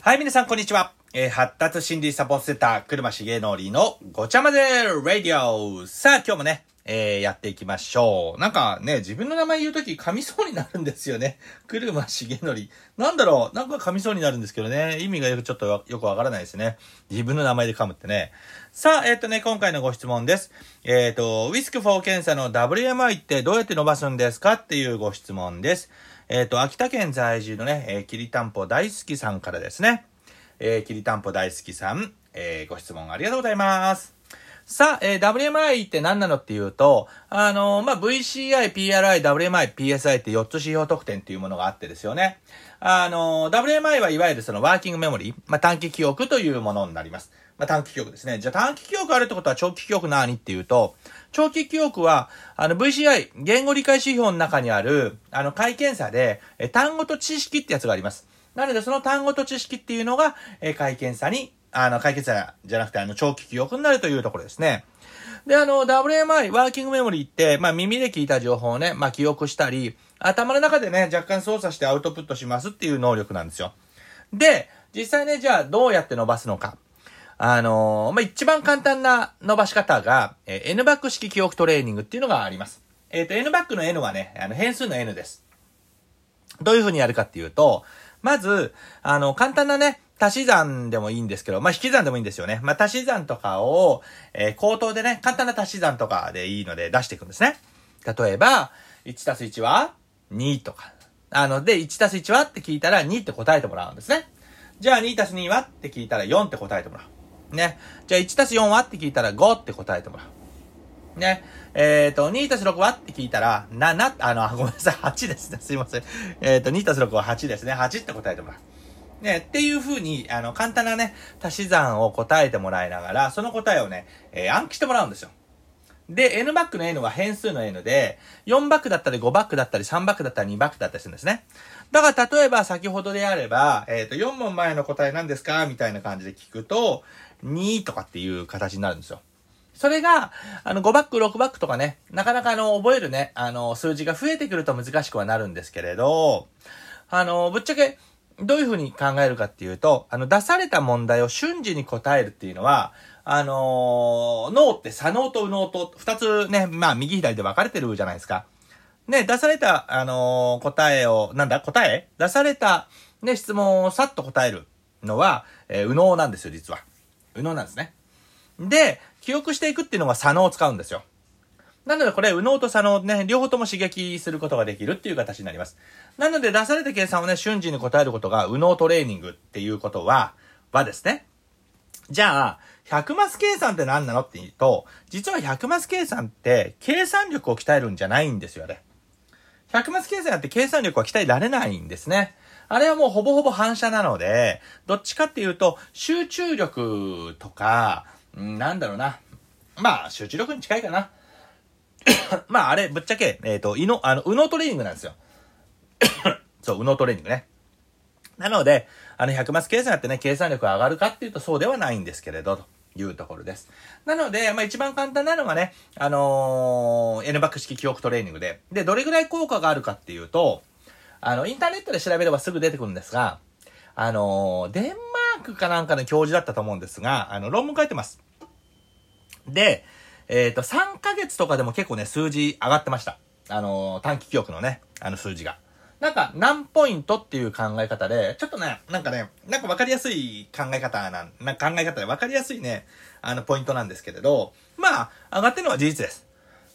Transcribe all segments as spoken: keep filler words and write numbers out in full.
はい、皆さん、こんにちは。えー、発達心理サポートセンター、車重則のごちゃまぜラディオ。さあ、今日もね、えー、やっていきましょう。なんかね、自分の名前言うとき噛みそうになるんですよね。車重則。なんだろう、なんか噛みそうになるんですけどね、意味がよくちょっとよくわからないですね。自分の名前で噛むってね。さあ、えっ、ー、とね、今回のご質問です。えっ、ー、と、ウィスクフォー検査の ダブリューエムアイ ってどうやって伸ばすんですかっていうご質問です。えっ、ー、と、秋田県在住のね、えー、きりたんぽ大好きさんからですね。えー、きりたんぽ大好きさん、えー、ご質問ありがとうございます。さあ、えー、ダブリューエムアイ って何なのっていうと、あのー、まあ、ブイシーアイ、ピーアールアイ、ダブリューエムアイ、ピーエスアイ ってよっつ指標特典っていうものがあってですよね。あのー、ダブリューエムアイ はいわゆるそのワーキングメモリー、まあ、短期記憶というものになります。まあ、短期記憶ですね。じゃあ短期記憶あるってことは長期記憶何っていうと、長期記憶は、あの ブイシーアイ、言語理解指標の中にある、あの、解検査で、え単語と知識ってやつがあります。なので、その単語と知識っていうのが、え解検査に、あの、解検査じゃなくて、あの、長期記憶になるというところですね。で、あの、ダブリューエムアイ、ワーキングメモリーって、まあ、耳で聞いた情報をね、まあ、記憶したり、頭の中でね、若干操作してアウトプットしますっていう能力なんですよ。で、実際ね、じゃあ、どうやって伸ばすのか。あのー、まあ、一番簡単な伸ばし方が、えー、エヌバック 式記憶トレーニングっていうのがあります。えっと、エヌバック の N はね、あの、変数の N です。どういう風にやるかっていうと、まず、あの、簡単なね、足し算でもいいんですけど、まあ、引き算でもいいんですよね。まあ、足し算とかを、えー、口頭でね、簡単な足し算とかでいいので出していくんですね。例えば、いちたすいちはにとか。あの、で、いちたすいちはって聞いたらにって答えてもらうんですね。じゃあにたすにはって聞いたらよんって答えてもらう。ね。じゃあいちたすよんはって聞いたらごって答えてもらう。ね。えっ、ー、と、にたすろくはって聞いたら、な、な、あの、ごめんなさい、はちですね。すいません。えっ、ー、と、にたすろくははちですね。はちって答えてもらう。ね。っていう風に、あの、簡単なね、足し算を答えてもらいながら、その答えをね、えー、暗記してもらうんですよ。で、N バックの N は変数の N で、よんバックだったりごバックだったりさんバックだったりにバックだったりするんですね。だから例えば先ほどであれば、えっと、よん問前の答え何ですかみたいな感じで聞くと、にとかっていう形になるんですよ。それが、あの、ごバック、ろくバックとかね、なかなかあの、覚えるね、あの、数字が増えてくると難しくはなるんですけれど、あの、ぶっちゃけ、どういうふうに考えるかっていうと、あの、出された問題を瞬時に答えるっていうのは、あのー、脳って左脳と右脳と二つね、まあ右左で分かれてるじゃないですか。ね、出された、あのー、答えを、なんだ、答え出された、ね、質問をさっと答えるのは、えー、右脳なんですよ、実は。右脳なんですね。で、記憶していくっていうのは左脳を使うんですよ。なのでこれ、右脳と左脳ね、両方とも刺激することができるっていう形になります。なので出された計算をね、瞬時に答えることが右脳トレーニングっていうことは、はですね。じゃあ、ひゃくマス計算って何なのって言うと、実はひゃくマス計算って計算力を鍛えるんじゃないんですよね。ひゃくマス計算って計算力は鍛えられないんですね。あれはもうほぼほぼ反射なので、どっちかっていうと、集中力とか、んなんだろうな。まあ、集中力に近いかな。まあ、あれ、ぶっちゃけ、えっと、いの、あの、右脳トレーニングなんですよ。そう、右脳トレーニングね。なので、あの、ひゃくマス計算やってね、計算力が上がるかっていうとそうではないんですけれど、というところです。なので、まあ一番簡単なのがね、あのー、N バック式記憶トレーニングで、で、どれぐらい効果があるかっていうと、あの、インターネットで調べればすぐ出てくるんですが、あのー、デンマークかなんかの教授だったと思うんですが、あの、論文書いてます。で、えっと、さんかげつとかでも結構ね、数字上がってました。あのー、短期記憶のね、あの数字が。なんか、何ポイントっていう考え方で、ちょっとね、なんかね、なんか分かりやすい考え方なん、なんか考え方で分かりやすいね、あの、ポイントなんですけれど、まあ、上がってるのは事実です。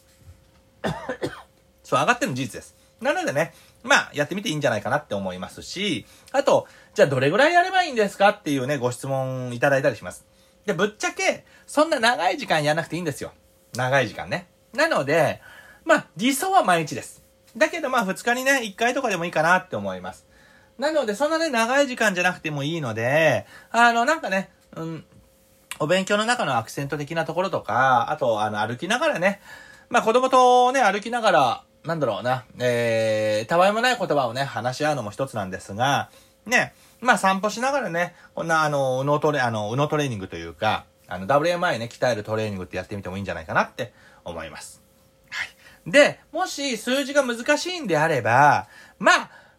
そう、上がってるのは事実です。なのでね、まあ、やってみていいんじゃないかなって思いますし、あと、じゃあどれぐらいやればいいんですかっていうね、ご質問いただいたりします。で、ぶっちゃけ、そんな長い時間やらなくていいんですよ。長い時間ね。なので、まあ、理想は毎日です。だけどまあふつかにね、いっかいとかでもいいかなって思います。なのでそんなね、長い時間じゃなくてもいいので、あのなんかね、うん、お勉強の中のアクセント的なところとか、あとあの歩きながらね、まあ子供とね、歩きながら、なんだろうな、えー、たわいもない言葉をね、話し合うのも一つなんですが、ね、まあ散歩しながらね、こんなあの、右脳トレ、あの、右脳トレーニングというか、あの、ダブリューエムアイ ね、鍛えるトレーニングってやってみてもいいんじゃないかなって思います。はい。で、もし数字が難しいんであれば、まあ、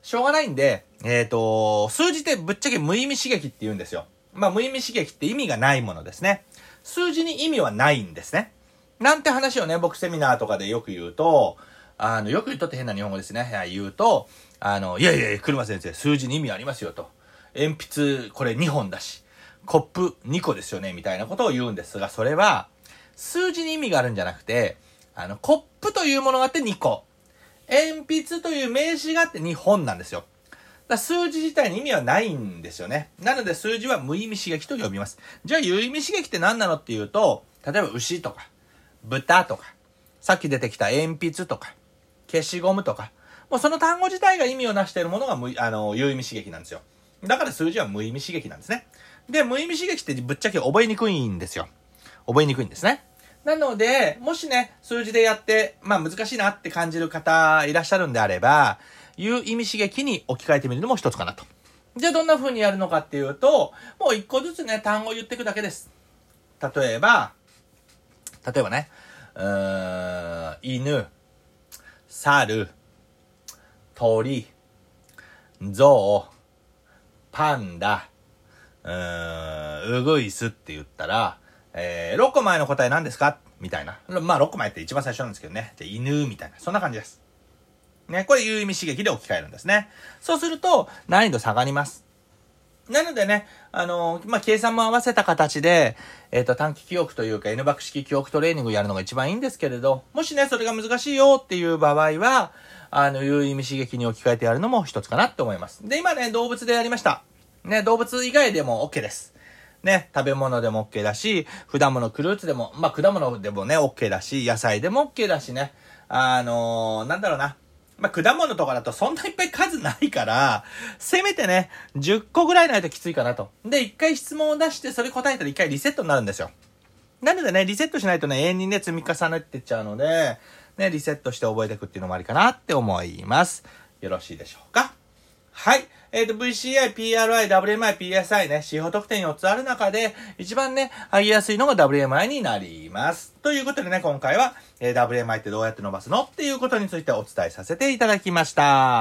しょうがないんで、えっと、数字ってぶっちゃけ無意味刺激って言うんですよ。まあ無意味刺激って意味がないものですね。数字に意味はないんですね。なんて話をね、僕セミナーとかでよく言うと、あの、よく言うとって変な日本語ですね。言うと、あの、いやいやいや、車先生、数字に意味ありますよと。鉛筆、これにほんだし、コップにこですよね、みたいなことを言うんですが、それは、数字に意味があるんじゃなくて、あの、コップというものがあってにこ。鉛筆という名詞があってにほんなんですよ。だ数字自体に意味はないんですよね。なので数字は無意味刺激と呼びます。じゃあ有意味刺激って何なのっていうと、例えば牛とか、豚とか、さっき出てきた鉛筆とか、消しゴムとか、もうその単語自体が意味をなしているものが無あの有意味刺激なんですよ。だから数字は無意味刺激なんですね。で、無意味刺激ってぶっちゃけ覚えにくいんですよ。覚えにくいんですね。なので、もしね、数字でやって、まあ難しいなって感じる方いらっしゃるんであれば、有意味刺激に置き換えてみるのも一つかなと。じゃあどんな風にやるのかっていうと、もう一個ずつね、単語を言っていくだけです。例えば、例えばね、うーん、犬、猿、鳥、象、パンダ、うーん、ウグイスって言ったら、えー、ろっこまえの答え何ですかみたいな。まあろっこまえって一番最初なんですけどね。で、犬みたいな。そんな感じです。ね、これ有意味刺激で置き換えるんですね。そうすると、難易度下がります。なのでね、あのー、まあ、計算も合わせた形で、えっと、短期記憶というか N バック式記憶トレーニングやるのが一番いいんですけれど、もしね、それが難しいよっていう場合は、あの、有意味刺激に置き換えてやるのも一つかなって思います。で、今ね、動物でやりました。ね、動物以外でも OK です。ね、食べ物でも OK だし、果物、フルーツでも、まあ、果物でもね、OK だし、野菜でも OK だしね、あのー、なんだろうな。まあ、果物とかだとそんないっぱい数ないから、せめてね、じゅっこぐらいないときついかなと。で、一回質問を出して、それ答えたら一回リセットになるんですよ。なのでね、リセットしないとね、永遠にね、積み重ねてっちゃうので、ね、リセットして覚えていくっていうのもありかなって思います。よろしいでしょうか。はい。えっと、ブイシーアイ、ピーアールアイ、ダブリューエムアイ、ピーエスアイ ね、指標得点よっつある中で、一番ね、上げやすいのが ダブリューエムアイ になります。ということでね、今回は、えー、ダブリューエムアイ ってどうやって伸ばすのっていうことについてお伝えさせていただきました。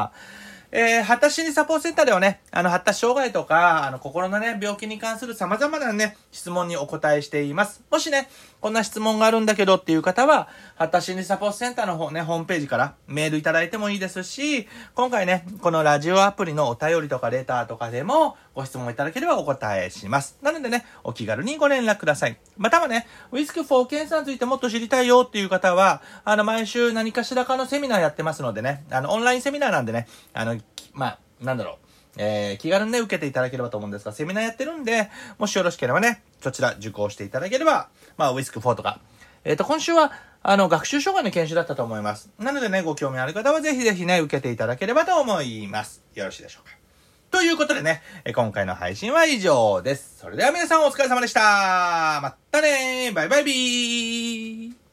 えー、発達心理サポートセンターではね、あの、発達障害とか、あの、心のね、病気に関する様々なね、質問にお答えしています。もしね、こんな質問があるんだけどっていう方は、発達心理サポートセンターの方ね、ホームページからメールいただいてもいいですし、今回ね、このラジオアプリのお便りとかレターとかでもご質問いただければお答えします。なのでね、お気軽にご連絡ください。またはね、ウィスクフォー検査についてもっと知りたいよっていう方は、あの、毎週何かしらかのセミナーやってますのでね、あの、オンラインセミナーなんでね、あの、まあ、なんだろう。えー、気軽にね、受けていただければと思うんですが、セミナーやってるんで、もしよろしければね、そちら受講していただければ、まあ、ウィスクフォーとか、えっと、今週は、あの、学習障害の研修だったと思います。なのでね、ご興味ある方はぜひぜひね、受けていただければと思います。よろしいでしょうか。ということでね、今回の配信は以上です。それでは皆さんお疲れ様でした。まったねー。バイバイビー。